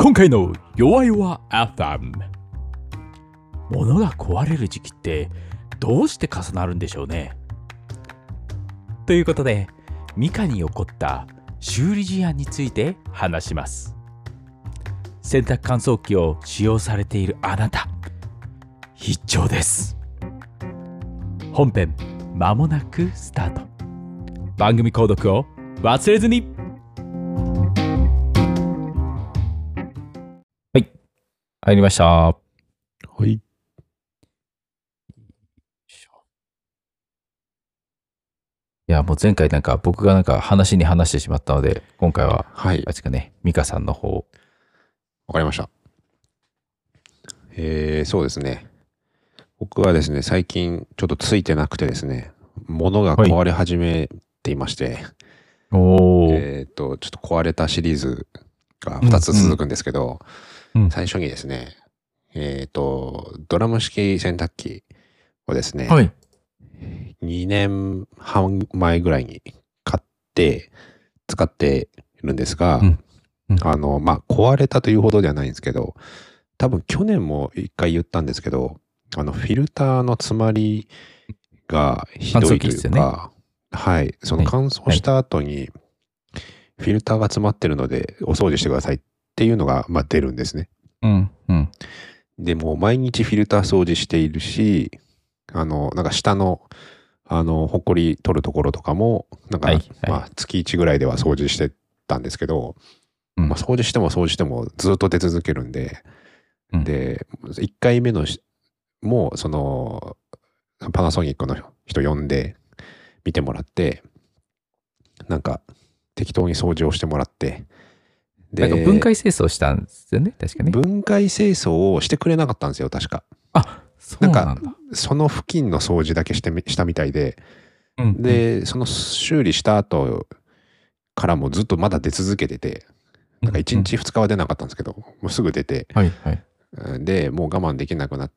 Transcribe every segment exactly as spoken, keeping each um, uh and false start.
今回の弱々 エフエム、 物が壊れる時期ってどうして重なるんでしょうね。ということで、ミカに起こった修理事案について話します。洗濯乾燥機を使用されているあなた、必聴です。本編まもなくスタート。番組購読を忘れずに。はい、入りました。はい。 いや、もう前回なんか僕がなんか話に話してしまったので、今回は、 はい。 あれですかね、ミカさんの方。 わかりました。えー、そうですね。僕はですね、最近ちょっとついてなくてですね、物が壊れ始めていまして、 おー。 えっと、ちょっと壊れたシリーズがふたつ続くんですけど、 うんうん最初にですね、えっと、ドラム式洗濯機をですね、 はい。 にねんはん前ぐらいに買って使っているんですが、 うんうんあの、まあ、壊れたというほどではないんですけど、多分去年も一回言ったんですけど、あの、フィルターの詰まりがひどいというか、はい、その乾燥した後にフィルターが詰まってるのでお掃除してくださいっていうのが、まあ、出るんですね。 うんうん。 でもう毎日フィルター掃除しているし、あの、なんか下の、あの、ほこり取るところとかも、なんか、 はいはいまあ、月いちぐらいでは掃除してたんですけど、 うんまあ、掃除しても掃除してもずっと出続けるんで、 うんで、いっかいめのしもう、その、パナソニックの人呼んで見てもらって、なんか適当に掃除をしてもらって、 なんか分解清掃したんですよね、確かね。 分解清掃をしてくれなかったんですよ、確か。 あ、そうなんだ。 なんか、その付近の掃除だけしてみしたみたいで、 うんうんで、その修理した後からもずっとまだ出続けてて、なんかいちにちふつかは出なかったんですけど、もうすぐ出て、 はいはい。 で、もう我慢できなくなって、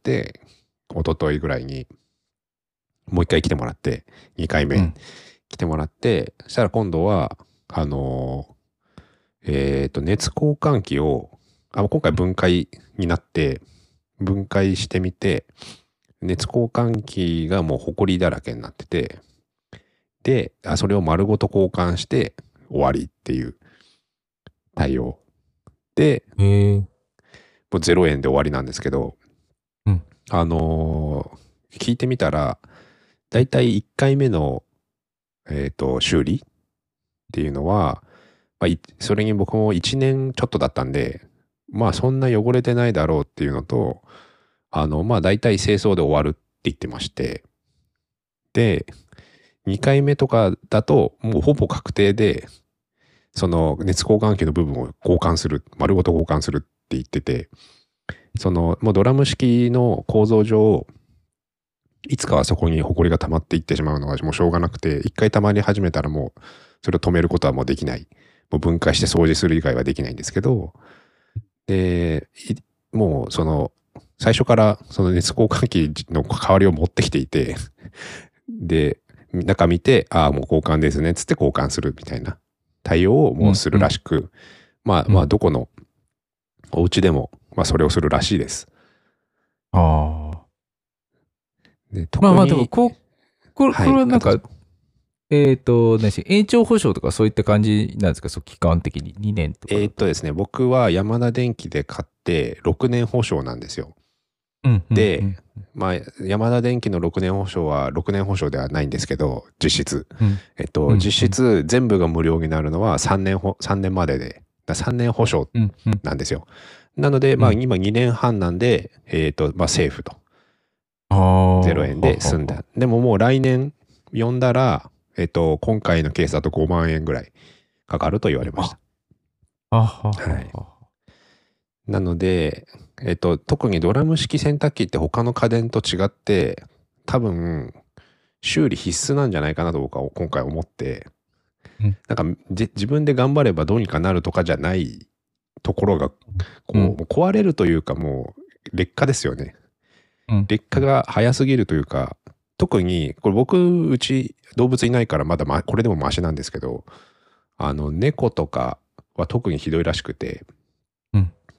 一昨日ぐらいにもう一回来てもらって、にかいめうん来てもらって、そしたら今度は、あのー、えっと、熱交換器を、あ今回分解になって、分解してみて、熱交換器がもうホコリだらけになってて、で、あそれを丸ごと交換して終わりっていう対応。で、 へーもうゼロえんで終わりなんですけど、 うんあのー聞いてみたら、だいたいいっかいめの、えっと、修理っていうのは、まあ、いそれに僕もいちねんちょっとだったんで、まあそんな汚れてないだろうっていうのと、あの、まあ大体清掃で終わるって言ってまして、で、にかいめとかだともうほぼ確定で、その熱交換器の部分を交換する、丸ごと交換するって言ってて、そのもうドラム式の構造上、いつかはそこにホコリが溜まっていってしまうのがもうしょうがなくて、一回溜まり始めたらもうそれを止めることはもうできない。もう分解して掃除する以外はできないんですけど、で、もうその最初からその熱交換器の代わりを持ってきていて、で、中見て、ああ、もう交換ですね、つって交換するみたいな対応をもうするらしく、うんうん、まあまあ、どこのお家でも、まあそれをするらしいです。 ああ。 で、特にまあまあ、でもこう、これ、 はい、 これはなんか、えっと、何し、延長保証とかそういった感じなんですか、そう、期間的ににねんとか。 えーっとですね、僕はヤマダ電機で買ってろくねん保証なんですよ。 うんうんうん、 で、まあ、ヤマダ電機のろくねん保証はろくねん保証ではないんですけど、実質。うん、えっと、うん、実質全部が無料になるのはさんねんほ、さんねんまでで、さんねん保証なんですよ。うんうん、なので、まあ今にねんはんなんで、えーっと、まあセーフと。ゼロえんで済んだ。でももう来年呼んだら、えっと、今回のケースだとごまんえんぐらいかかると言われました。 あはははい。なので、えっと、特にドラム式洗濯機って他の家電と違って、多分、修理必須なんじゃないかなと僕は今回思って、うん、なんか自分で頑張ればどうにかなるとかじゃないところが、こう、うん、もう壊れるというかもう劣化ですよね。うん、劣化が早すぎるというか、特に、これ僕、うち動物いないからまだま、これでもマシなんですけど、あの、猫とかは特にひどいらしくて、うん、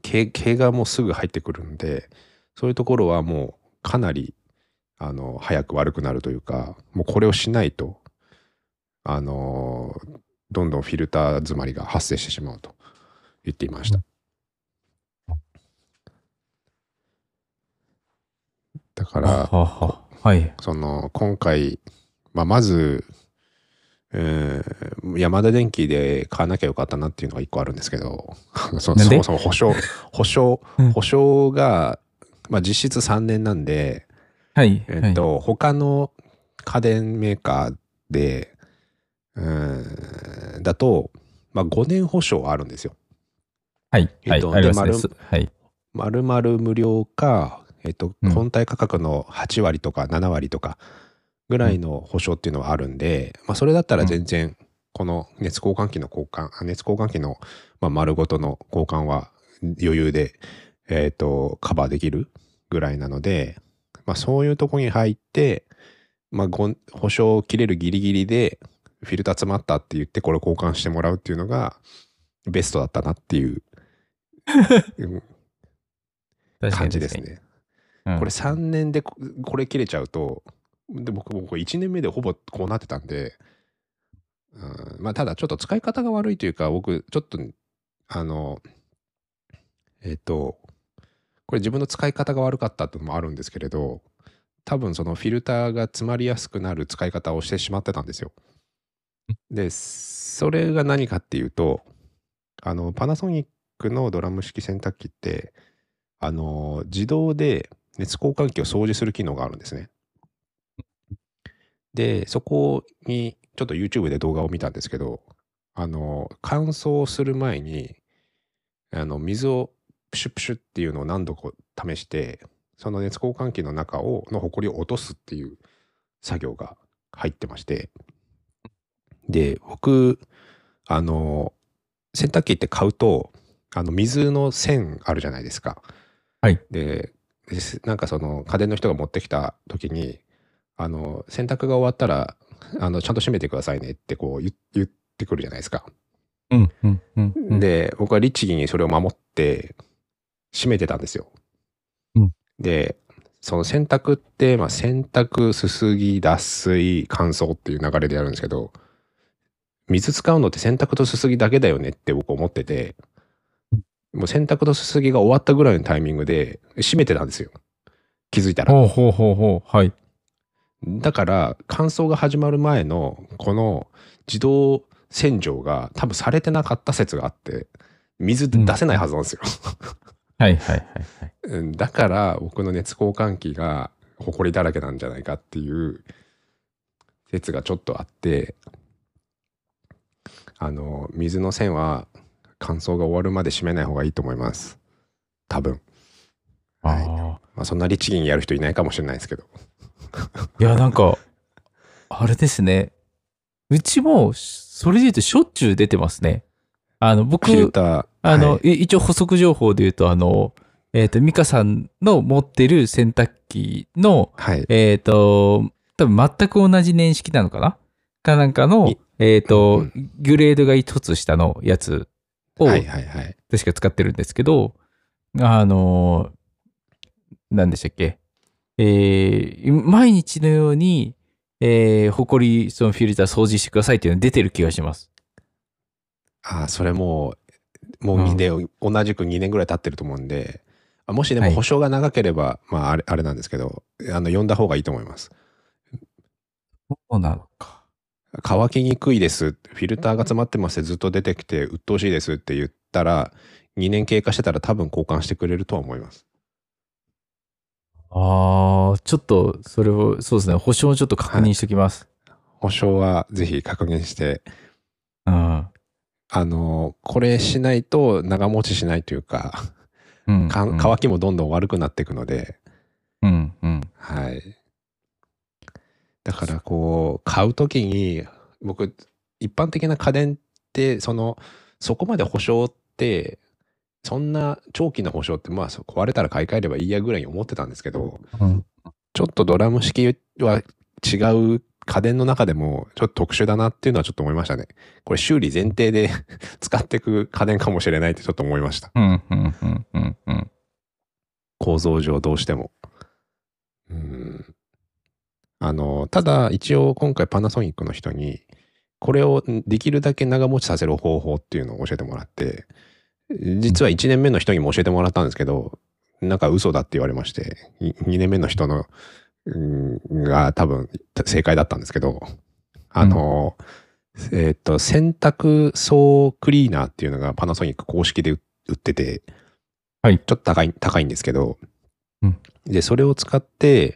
毛毛がもうすぐ入ってくるんで、そういうところはもうかなりあの早く悪くなるというか、もうこれをしないとあのどんどんフィルター詰まりが発生してしまうと言っていました。だから、 はははい。 その今回、まあ、まず、えー、ヤマダ電機で買わなきゃよかったなっていうのが一個あるんですけど、そなんでそもそも保証、保証、 うん保証が、まあ、実質さんねんなんで、 はい。はい。 えっと、他の家電メーカーで、うーん、だと、まあ、ごねん保証あるんですよ。 はい。はい。 えっと、で、 ありますね。 丸、 すはい。 丸々無料か、えっと、 うん。 本体価格のはち割とかなな割とかぐらいうん。 の保証っていうのはあるんで、まあ、それだったらうん。 全然、この熱交換器の交換、あ熱交換器の、まあ、丸ごとの交換は余裕で、えっと、カバーできるぐらいなので、まあ、そういうとこに入って、まあ、ご保証切れるギリギリで、フィルター詰まったって言って、これ交換してもらうっていうのが、ベストだったなっていう、うん感確かに確かに。 じですね。これうん。 さんねんでここれ切れちゃうと、で僕もこれいちねんめでほぼこうなってたんで、うん、まあただちょっと使い方が悪いというか、僕ちょっと、あの、えっと、これ自分の使い方が悪かったっていうのもあるんですけれど、多分そのフィルターが詰まりやすくなる使い方をしてしまってたんですよ。で、それが何かっていうと、あの、パナソニックのドラム式洗濯機って、あの、自動で熱交換器を掃除する機能があるんですね。で、そこにちょっと YouTube で動画を見たんですけど、あの、乾燥する前に、あの、水をプシュプシュっていうのを何度か試して、その熱交換器の中を、のホコリを落とすっていう作業が入ってまして、で、僕、あの、洗濯機って買うと、あの、水の線あるじゃないですか。 はい。 で、ですなんかその家電の人が持ってきた時に、あの、洗濯が終わったら、あの、ちゃんと閉めてくださいねってこう言言ってくるじゃないですか。 うん。うん。うん。うん。 で、僕は律儀にそれを守って閉めてたんですよ。 うん。 で、その洗濯って、まあ、洗濯、すすぎ、脱水、乾燥っていう流れでやるんですけど、水使うのって洗濯とすすぎだけだよねって僕思ってて、もう洗濯とすすぎが終わったぐらいのタイミングで閉めてたんですよ。気づいたら。 ほうほうほうほう。はい。 だから乾燥が始まる前のこの自動洗浄が多分されてなかった説があって、水うん。 出せないはずなんですよ。 はいはいはいはい。 うんだから僕の熱交換器が埃だらけなんじゃないかっていう説がちょっとあって、あの水の線は乾燥が終わるまで閉めない方がいいと思います。多分。はい。 ああ。 まあそんな律儀にやる人いないかもしれないですけど。 いや、なんか、あれですね。うちも、それで言うとしょっちゅう出てますね。あの、 フィル僕、 ター、 あの、 はい。 い一応補足情報で言うと、あの、えっと、ミカさんの持ってる洗濯機の、 はい。 えっと、多分全く同じ年式なのかなかなんかの、 に、 えっと、 うんうん。 グレードが一つ下のやつはいをはいはい。 確か使ってるんですけど、あの、何でしたっけえー毎日のように、えー、ほこり、そのフィルター掃除してくださいっていうのが出てる気がします。 ああ、それもう、もうにうん。 ねん、同じくにねんぐらい経ってると思うんで、あもしではい。 も保証が長ければ、まああれ、あれなんですけど、あの、呼んだ方がいいと思います。 そうなのか。 乾きにくいです。フィルターが詰まってますってずっと出てきて、鬱陶しいですって言ったら、にねん経過してたら多分交換してくれるとは思います。 ああ、ちょっと、それを、そうですね。保証をちょっと確はい。 認しておきます。 保証はぜひ確認して、 うん。 あの、これしないと長持ちしないというか、 うん、 かうん、 乾きもどんどん悪くなっていくので、 うん、うん。 はい。だからこう、買うときに、僕、一般的な家電って、その、そこまで保証って、そんな長期の保証って、まあ、そう壊れたら買い替えればいいやぐらいに思ってたんですけど、 うん。 ちょっとドラム式は違う家電の中でもちょっと特殊だなっていうのはちょっと思いましたね。これ修理前提で使っていく家電かもしれないってちょっと思いました。 うん、うん、うん、うん、うん。 構造上どうしても。うん。あの、ただ一応今回パナソニックの人に、これをできるだけ長持ちさせる方法っていうのを教えてもらって、実はいちねんめの人にも教えてもらったんですけど、なんか嘘だって言われまして、にねんめの人の、うんが多分正解だったんですけど、あの、うん、えっと、洗濯槽クリーナーっていうのがパナソニック公式で売ってて、 はい。 ちょっと高い、高いんですけど、 うん、で、 それを使って、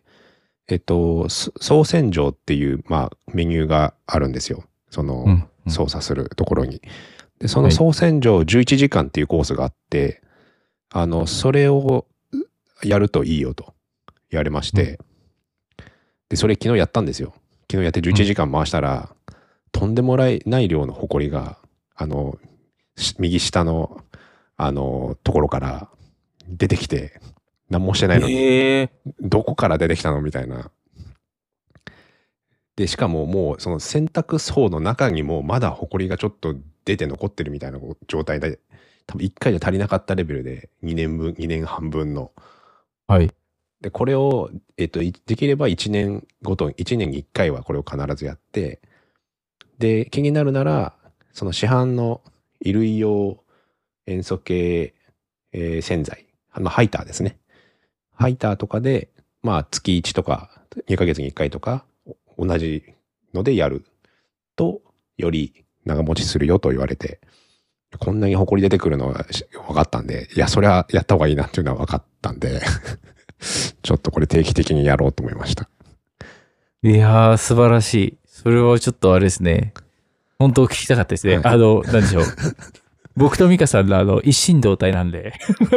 えっと、総洗浄っていう、まあ、メニューがあるんですよ。その、うんうん、操作するところに。で、その総洗浄じゅういちじかんっていうコースがあって、はい、あの、それをやるといいよと言われまして、うん、で、それ昨日やったんですよ。昨日やってじゅういちじかん回したら、うん、とんでもない量のホコリが、あの、右下の、あの、ところから出てきて、何もしてないのに、えー、どこから出てきたのみたいな。で、しかももうその洗濯槽の中にもまだホコリがちょっと出て残ってるみたいな状態で、多分いっかいじゃ足りなかったレベルでにねんぶん、にねんはんぶんの。 はい。 で、これを、えっと、できればいちねんごとに、いちねんにいっかいはこれを必ずやって、で、気になるなら、その市販の衣類用塩素系、えー、洗剤、まあ、ハイターですね。ハイターとかで、まあ、月いちとかにかげつにいっかいとか、同じのでやると、より長持ちするよと言われて、こんなに埃出てくるのは分かったんで、いや、それはやった方がいいなっていうのは分かったんで、ちょっとこれ定期的にやろうと思いました。 いやー、素晴らしい。それはちょっとあれですね。本当聞きたかったですね。はい、あの、なんでしょう。僕とミカさんのあの、一心同体なんで。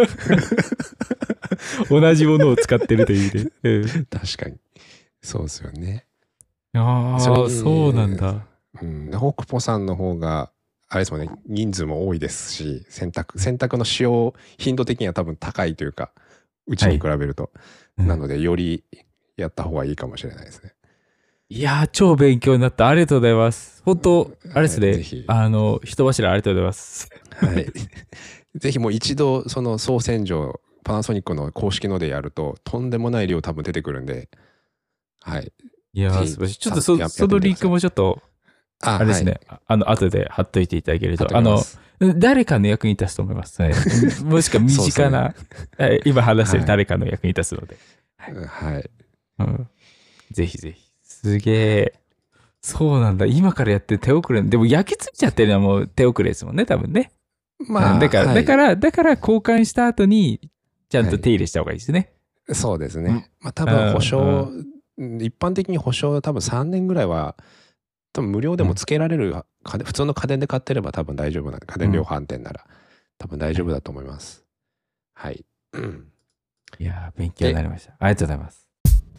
同じものを使ってるという意味で。うん、 確かに。そうですよね。 ああ、そうなんだ。 うん。ホクポさんの方が、あれですもんね、人数も多いですし、洗濯、洗濯の使用頻度的には多分高いというか、うちに比べると。はい、なので、よりやった方がいいかもしれないですね。 いやー、超勉強になった。ありがとうございます。本当、あれですね。はい、あの、人柱ありがとうございます。 はい。ぜひもう一度、その総洗浄、パナソニックの公式のでやると、とんでもない量多分出てくるんで、はい。 いやー、素晴らしい。ちょっとそ、そのリンクもちょっと、あれですね。あ, はい、あの、後で貼っといていただけると、あの、誰かの役に立つと思います。はい、もしくは身近な、ね、今話してる誰かの役に立つので。 はい。はいうん、ぜひぜひ。すげえ。そうなんだ。今からやって手遅れ。でも焼き付いちゃってるのはもう手遅れですもんね、多分ね。まあ、だから、はい、だから、だから交換した後に、ちゃんと手入れした方がいいですね。 はい、そうですね。まあ多分保証、一般的に保証多分さんねんぐらいは、多分無料でもつけられる、うん、普通の家電で買ってれば多分大丈夫な、家電量販店なら、うん、多分大丈夫だと思います。はい。 いやー、勉強になりました。ありがとうございます。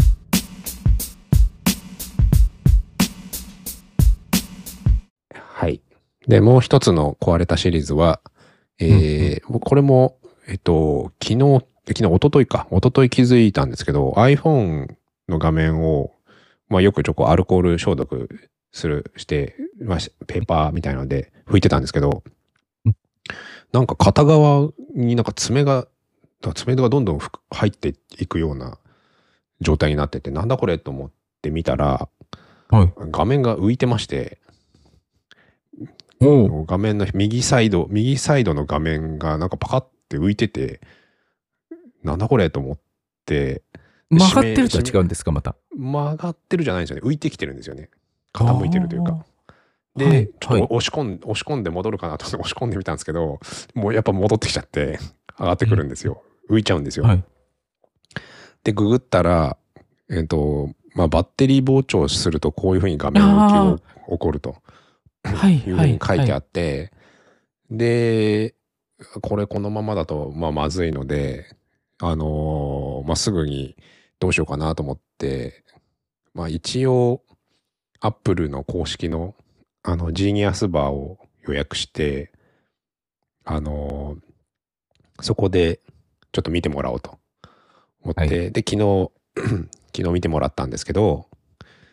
はい。で、もう一つの壊れたシリーズは、えーうんうん、これも、えっと、昨日、昨日、一昨日か、一昨日気づいたんですけど、iPhone の画面を、まあよくちょこアルコール消毒する、して、まあ、ペーパーみたいなので拭いてたんですけど、なんか片側になんか爪が、爪がどんどん入っていくような状態になってて、なんだこれと思って見たら、はい、画面が浮いてまして、画面の右サイド、右サイドの画面がなんかパカって浮いてて、なんだこれと思って、 曲がってるとは違うんですか、また。 曲がってるじゃないんですよね。浮いてきてるんですよね。傾いてるというか。で、はい、ちょっと押し込ん、押し込んで戻るかなと思って押し込んでみたんですけど、もうやっぱ戻ってきちゃって、上がってくるんですよ。うん、浮いちゃうんですよ。はい、で、ググったら、えっと、まあ、バッテリー膨張するとこういうふうに画面浮きが起こると。はい。いうふうに書いてあって、はい、で、これこのままだと、まあ、まずいので、あのー、まあ、すぐにどうしようかなと思って、まあ、一応、アップルの公式の、あの、ジーニアスバーを予約して、あのー、そこでちょっと見てもらおうと思って、はい、で、昨日、昨日見てもらったんですけど、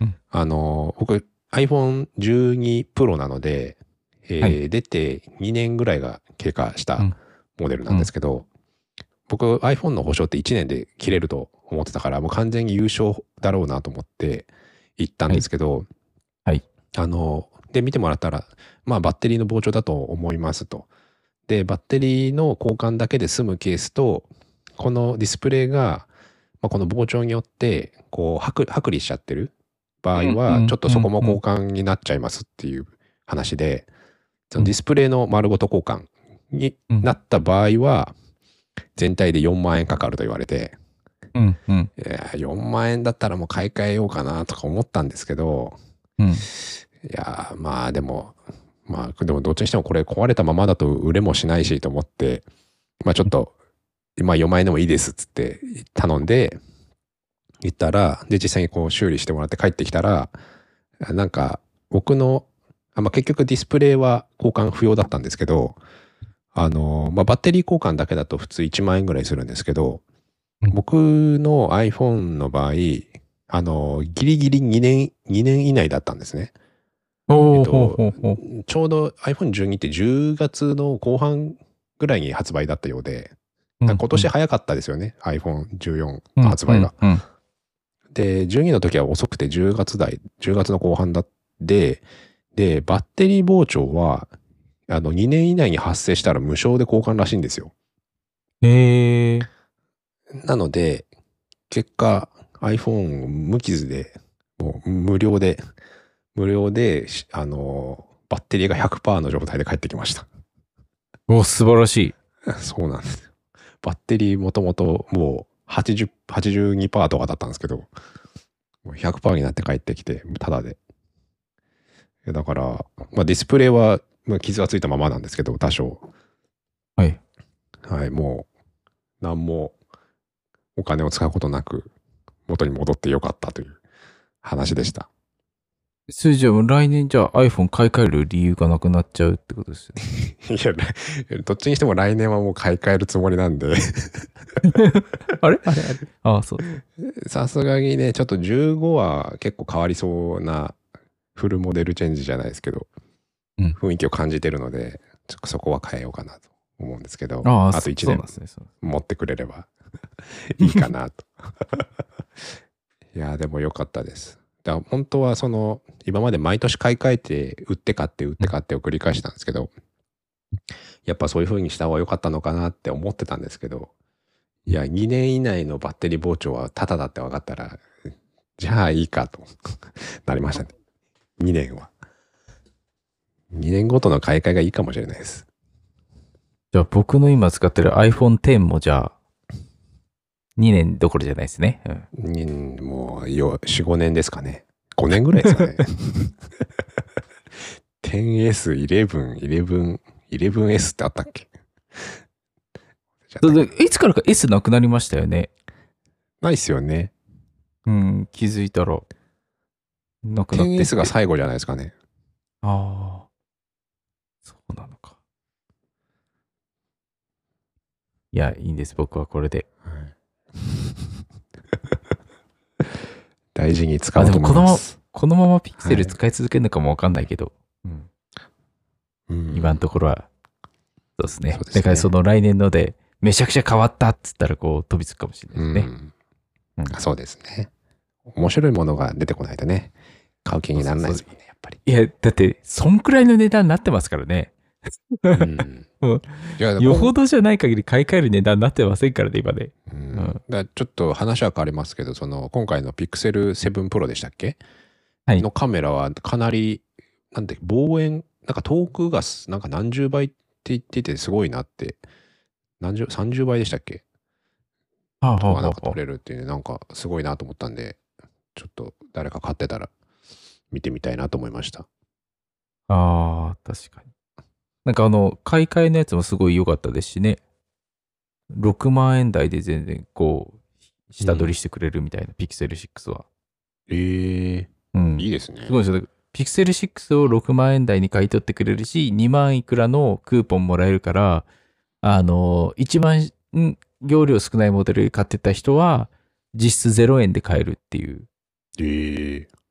うんあの、僕 アイフォンじゅうに Pro なので、えーはい出てにねんぐらいが経過したうんモデルなんですけど、僕 iPhone の保証っていちねんで切れると思ってたから、もう完全に優勝だろうなと思って行ったんですけど、 はいあの、で、見てもらったら、まあバッテリーの膨張だと思いますと。で、バッテリーの交換だけで済むケースと、このディスプレイが、まあ、この膨張によって、こう、剥剥離しちゃってる場合は、ちょっとそこも交換になっちゃいますっていう話で、そのディスプレイの丸ごと交換になった場合は、全体でよんまん円かかると言われて、 うんうんいやよんまん円だったらもう買い替えようかなとか思ったんですけど、 うんいやーまあでも、まあでもどっちにしてもこれ壊れたままだと売れもしないしと思って、まあちょっと、まあよんまん円でもいいですっつって頼んで、言ったら、で実際にこう修理してもらって帰ってきたら、なんか僕の、あまあ、結局ディスプレイは交換不要だったんですけど、あの、まあ、バッテリー交換だけだと普通いちまん円ぐらいするんですけど、 うん僕の iPhone の場合、あの、ギリギリにねん、にねん以内だったんですね。えっおーほうと、 ほうほうちょうど アイフォンじゅうに ってじゅうがつの後半ぐらいに発売だったようで、 うん今年早かったですよね、アイフォンじゅうよん の発売が。 うんうんで、じゅうにの時は遅くてじゅうがつ台、じゅうがつの後半だって、で、バッテリー膨張は、あの、にねん以内に発生したら無償で交換らしいんですよ。 へえなので、結果、iPhone 無傷で、もう無料で、無料で、しあの、バッテリーが ひゃくパーセント の状態で帰ってきました。 お素晴らしい。 そうなんですよ。バッテリーもともともうはちじゅう、はちじゅうにパーセントとかだったんですけど、もう ひゃくパーセント になって帰ってきて、ただで。だから、まあ、ディスプレイは、まあ、傷がついたままなんですけど、多少。 はい。 はい、もう、何もお金を使うことなく、元に戻ってよかったという話でした。 それじゃあ来年じゃあ iPhone 買い替える理由がなくなっちゃうってことですよね。 いや、どっちにしても来年はもう買い替えるつもりなんであれあれあれああ、そう。 さすがにね、ちょっとじゅうごは結構変わりそうなフルモデルチェンジじゃないですけど、 うん雰囲気を感じてるので、ちょっとそこは変えようかなと思うんですけど、 ああ、 あといちねんそうなんですね。そう持ってくれればいいかなと。いや、でも良かったです。だから本当はその、今まで毎年買い替えて、売って買って売って買ってを繰り返したんですけど、やっぱそういう風にした方が良かったのかなって思ってたんですけど、いや、にねん以内のバッテリー膨張はタダだって分かったら、じゃあいいかとなりましたね。にねんは。にねんごとの買い替えがいいかもしれないです。 じゃあ僕の今使ってる iPhone テンもじゃあにねんどころじゃないですね。うん、 にもうよん、ごねんですかね。ごねんぐらいですかね。テンエス、じゅういち、じゅういち、じゅういちエス ってあったっけ？ いつからか S なくなりましたよね。 ないっすよね。 うん、気づいたらなくなってて。 テンエス が最後じゃないですかね。 ああ、そうなのか。いや、いいんです、僕はこれで。 はい、大事に使おうと思います。 このままピクセル使い続けるのかもわかんないけど、はいうん、今のところは、そうですね。だからその来年ので、めちゃくちゃ変わったっつったらこう飛びつくかもしれないですね。 うんうん、そうですね。面白いものが出てこないとね、買う気にならないですもんね、やっぱり。 いや、だって、そんくらいの値段になってますからね。うん、よほどじゃない限り買い替える値段になってませんからね、今ね。 うんうん、だちょっと話は変わりますけど、その今回の ピクセルセブンプロでしたっけ、はい、のカメラはかなり、なんで、望遠、なんか遠くがなんか何十倍って言っててすごいなって、何十、さんじゅうばいでしたっけ、 はあはあはあ、 なんか撮れるっていうね、なんかすごいなと思ったんで、ちょっと誰か買ってたら見てみたいなと思いました。 ああ、確かに。なんかあの、買い替えのやつもすごい良かったですしね。ろくまん円台で全然こう、下取りしてくれるみたいな、うん、ピクセルシックスは。 ええー、うん。いいですね。 すごいですよ。ピクセルシックスをろくまん円台に買い取ってくれるし、にまんいくらのクーポンもらえるから、あの、一番容量少ないモデル買ってた人は、実質ゼロえんで買えるっていう。 ええー。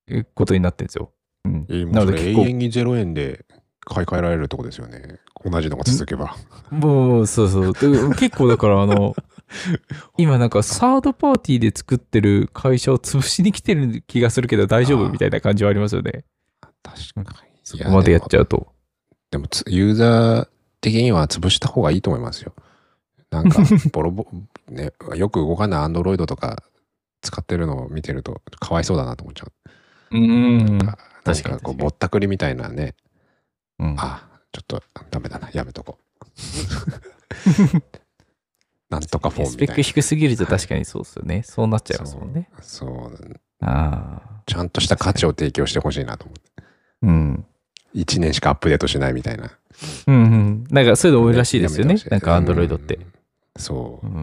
えことになってるんですよ。うん。 えー、もうなそれ永ので結構、 遠にゼロえんで買い替えられるとこですよね。同じのが続けば。 もう、そうそう。で結構だから、あの、今なんかサードパーティーで作ってる会社を潰しに来てる気がするけど大丈夫みたいな感じはありますよね。 確かに。 そこまでやっちゃうと。 でも、でもユーザー的には潰した方がいいと思いますよ。なんか、ボロボ、ね、よく動かないアンドロイドとか使ってるのを見てると、かわいそうだなと思っちゃう。 うん。 なんか、なん確かにかこう、ぼったくりみたいなね。 うん、 あ、ちょっとダメだな。やめとこう。なんとかフォームスペックみたいな。 低すぎると確かにそうですよね。はい、そうなっちゃいますもんね。 そう。そうああ。 ちゃんとした価値を提供してほしいなと思って。 うん。 いちねんしかアップデートしないみたいな。 うんうん。なんかそういうの多いらしいですよね。なんかアンドロイドって。 そう。うん、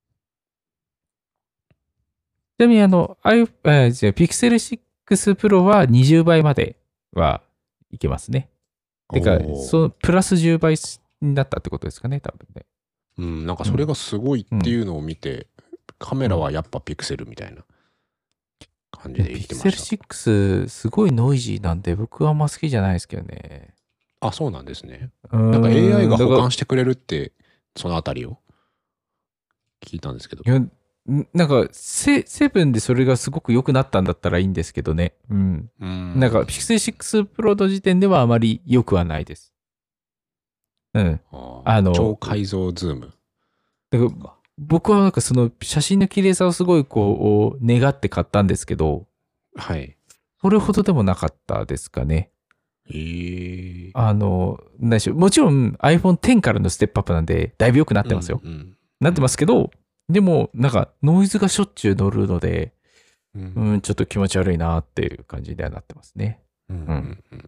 ちなみにあの、ああいう、えー、じゃあ Pixel シックス Pro はにじゅうばいまではいけますね。てか、そのプラスじゅうばいになったってことですかね、多分ね。 うん、なんかそれがすごいっていうのを見て、うん、カメラはやっぱ Pixel みたいな感じで言ってました。 Pixel シックスすごいノイジーなんで僕はあんま好きじゃないですけどね。 あ、そうなんですね。なんか エーアイ が補完してくれるって、そのあたりを聞いたんですけど。 いや、なんかセ、セブンでそれがすごく良くなったんだったらいいんですけどね。うん。うんなんか Pixel シックス Pro の時点ではあまり良くはないです。うん。 ああの、 超解像ズーム。 だから僕はなんかその写真の綺麗さをすごいこう願って買ったんですけど、 はい。 それほどでもなかったですかね。 えー、 あの、何でしょう。もちろん iPhone テンからのステップアップなんで、だいぶ良くなってますよ。うんうん、なってますけど、でも、なんかノイズがしょっちゅう乗るので、うん、うん、ちょっと気持ち悪いなっていう感じにはなってますね。うん。うんうん、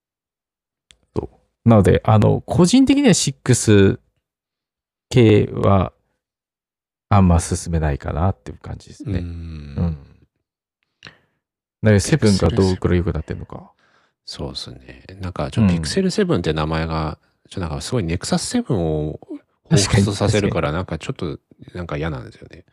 そうなので、あの、個人的にはシックス系はあんま進めないかなっていう感じですね。うん。うんだからセブンがどうくらい良くなってんのか。 そうですね。なんか、ちょっと Pixel セブンって名前が、ちょっとなんかすごい Nexus セブンを彷彿とさせるから、なんかちょっと、なんか嫌なんですよね。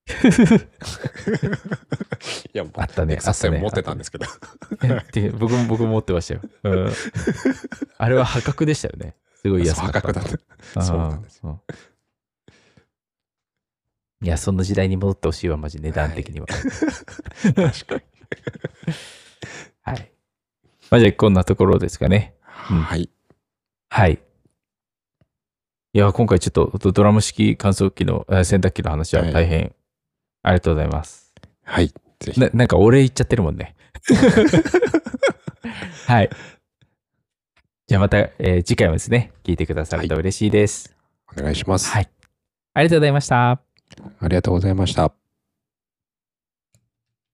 いや、あったね。Nexus セブン持ってたんですけど。 僕も、僕も持ってましたよ。うん、あれは破格でしたよね。すごい安かった。 破格だった。そうなんですよ。 いや、その時代に戻ってほしいわ、マジ値段的には。 はい、確かに。 はい。まあ、じゃあ、こんなところですかね。 うん、はい。 はい。いや、今回ちょっとドラム式乾燥機の洗濯機の話は大変、はい、ありがとうございます。 はい。ぜひ。 な、なんかお礼言っちゃってるもんね。はい。じゃあまた、えー、次回もですね、聞いてくださると嬉しいです。 はい、お願いします。 はい。ありがとうございました。 ありがとうございました。